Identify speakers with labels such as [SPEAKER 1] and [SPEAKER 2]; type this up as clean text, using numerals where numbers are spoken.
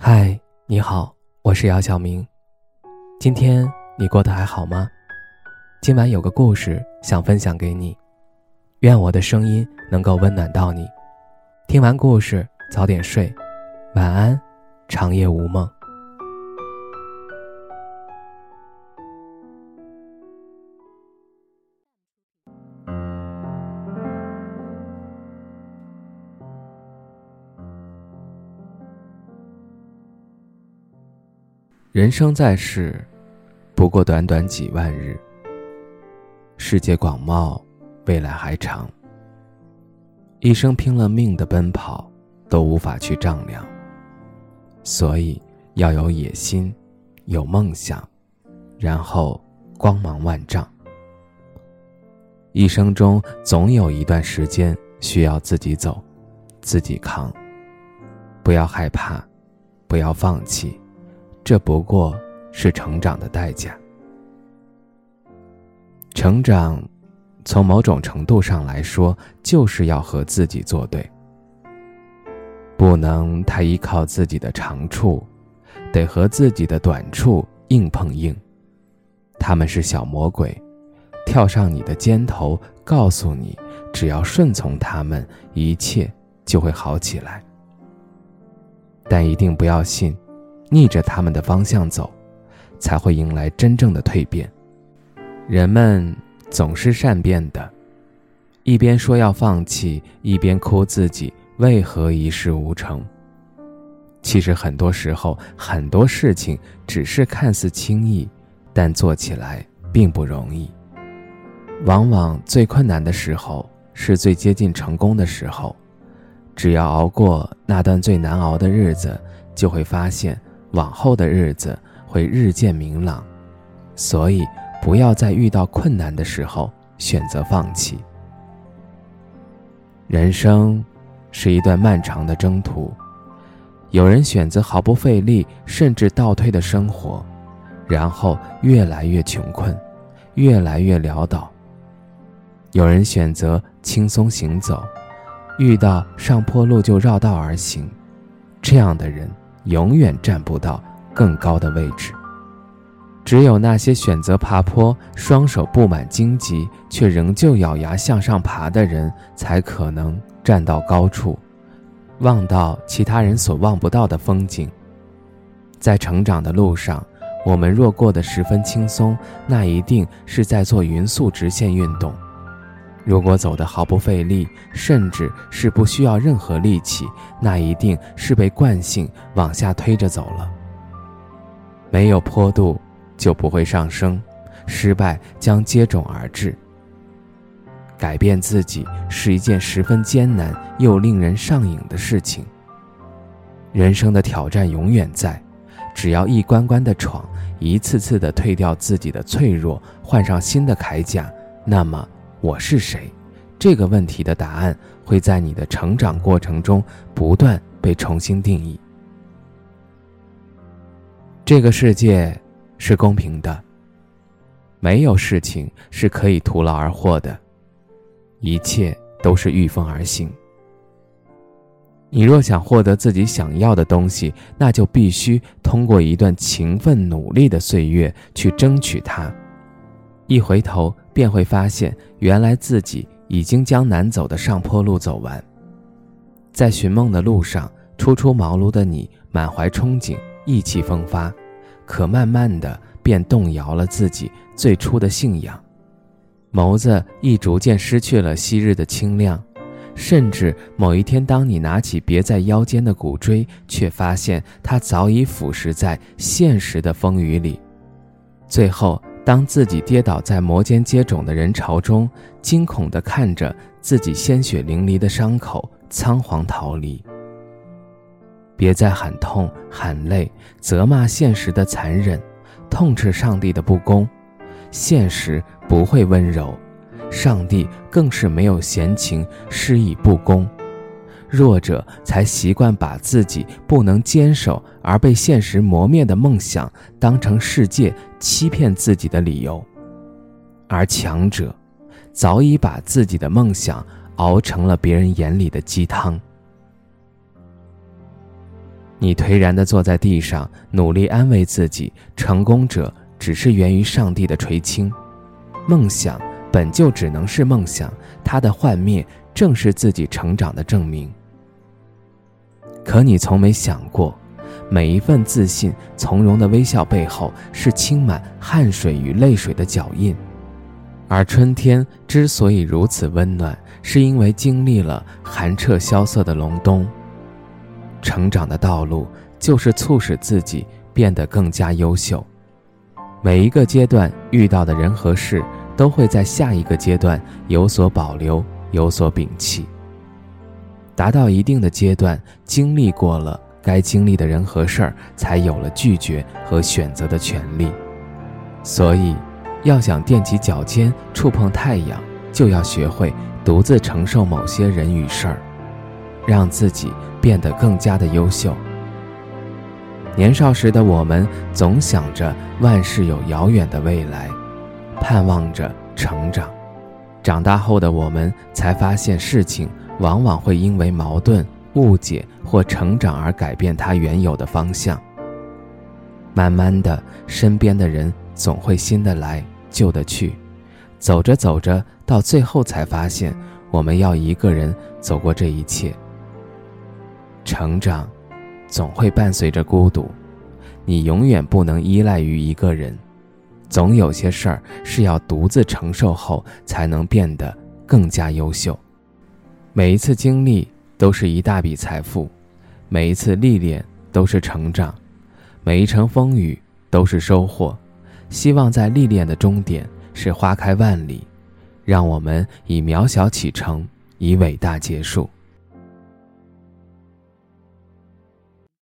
[SPEAKER 1] 嗨，你好，我是姚晓明。今天你过得还好吗？今晚有个故事想分享给你，愿我的声音能够温暖到你。听完故事早点睡，晚安，长夜无梦。人生在世，不过短短几万日。世界广袤，未来还长。一生拼了命的奔跑，都无法去丈量。所以要有野心，有梦想，然后光芒万丈。一生中总有一段时间需要自己走，自己扛。不要害怕，不要放弃。这不过是成长的代价。成长，从某种程度上来说，就是要和自己作对。不能太依靠自己的长处，得和自己的短处硬碰硬。他们是小魔鬼，跳上你的肩头，告诉你，只要顺从他们，一切就会好起来。但一定不要信，逆着他们的方向走，才会迎来真正的蜕变。人们总是善变的，一边说要放弃，一边哭自己为何一事无成。其实很多时候，很多事情只是看似轻易，但做起来并不容易。往往最困难的时候，是最接近成功的时候。只要熬过那段最难熬的日子，就会发现往后的日子会日渐明朗。所以不要在遇到困难的时候选择放弃。人生是一段漫长的征途，有人选择毫不费力甚至倒退的生活，然后越来越穷困，越来越潦倒。有人选择轻松行走，遇到上坡路就绕道而行，这样的人永远站不到更高的位置。只有那些选择爬坡，双手布满荆棘，却仍旧咬牙向上爬的人，才可能站到高处，望到其他人所望不到的风景。在成长的路上，我们若过得十分轻松，那一定是在做匀速直线运动。如果走得毫不费力，甚至是不需要任何力气，那一定是被惯性往下推着走了。没有坡度就不会上升，失败将接踵而至。改变自己是一件十分艰难又令人上瘾的事情。人生的挑战永远在，只要一关关的闯，一次次的退掉自己的脆弱，换上新的铠甲，那么我是谁？这个问题的答案会在你的成长过程中不断被重新定义。这个世界是公平的，没有事情是可以徒劳而获的，一切都是御风而行。你若想获得自己想要的东西，那就必须通过一段勤奋努力的岁月去争取它。一回头便会发现，原来自己已经将难走的上坡路走完。在寻梦的路上，初出茅庐的你满怀憧憬，意气风发，可慢慢的便动摇了自己最初的信仰，眸子亦逐渐失去了昔日的清亮。甚至某一天，当你拿起别在腰间的鼓锥，却发现它早已腐蚀在现实的风雨里。最后当自己跌倒在摩肩接踵的人潮中，惊恐地看着自己鲜血淋漓的伤口，仓皇逃离。别再喊痛喊累，责骂现实的残忍，痛斥上帝的不公。现实不会温柔，上帝更是没有闲情施以不公。弱者才习惯把自己不能坚守而被现实磨灭的梦想当成世界欺骗自己的理由，而强者早已把自己的梦想熬成了别人眼里的鸡汤。 你颓然地坐在地上，努力安慰自己，成功者只是源于上帝的垂青。梦想本就只能是梦想，它的幻灭正是自己成长的证明。可你从没想过，每一份自信从容的微笑背后是倾满汗水与泪水的脚印。而春天之所以如此温暖，是因为经历了寒彻萧瑟的隆冬。成长的道路就是促使自己变得更加优秀。每一个阶段遇到的人和事，都会在下一个阶段有所保留，有所摒弃。达到一定的阶段，经历过了该经历的人和事儿，才有了拒绝和选择的权利。所以要想踮起脚尖触碰太阳，就要学会独自承受某些人与事儿，让自己变得更加的优秀。年少时的我们总想着万事有遥远的未来，盼望着成长。长大后的我们才发现，事情往往会因为矛盾、误解或成长而改变它原有的方向。慢慢的，身边的人总会新的来，旧的去，走着走着，到最后才发现，我们要一个人走过这一切。成长总会伴随着孤独，你永远不能依赖于一个人，总有些事儿是要独自承受后才能变得更加优秀。每一次经历都是一大笔财富，每一次历练都是成长，每一程风雨都是收获。希望在历练的终点是花开万里，让我们以渺小启程，以伟大结束。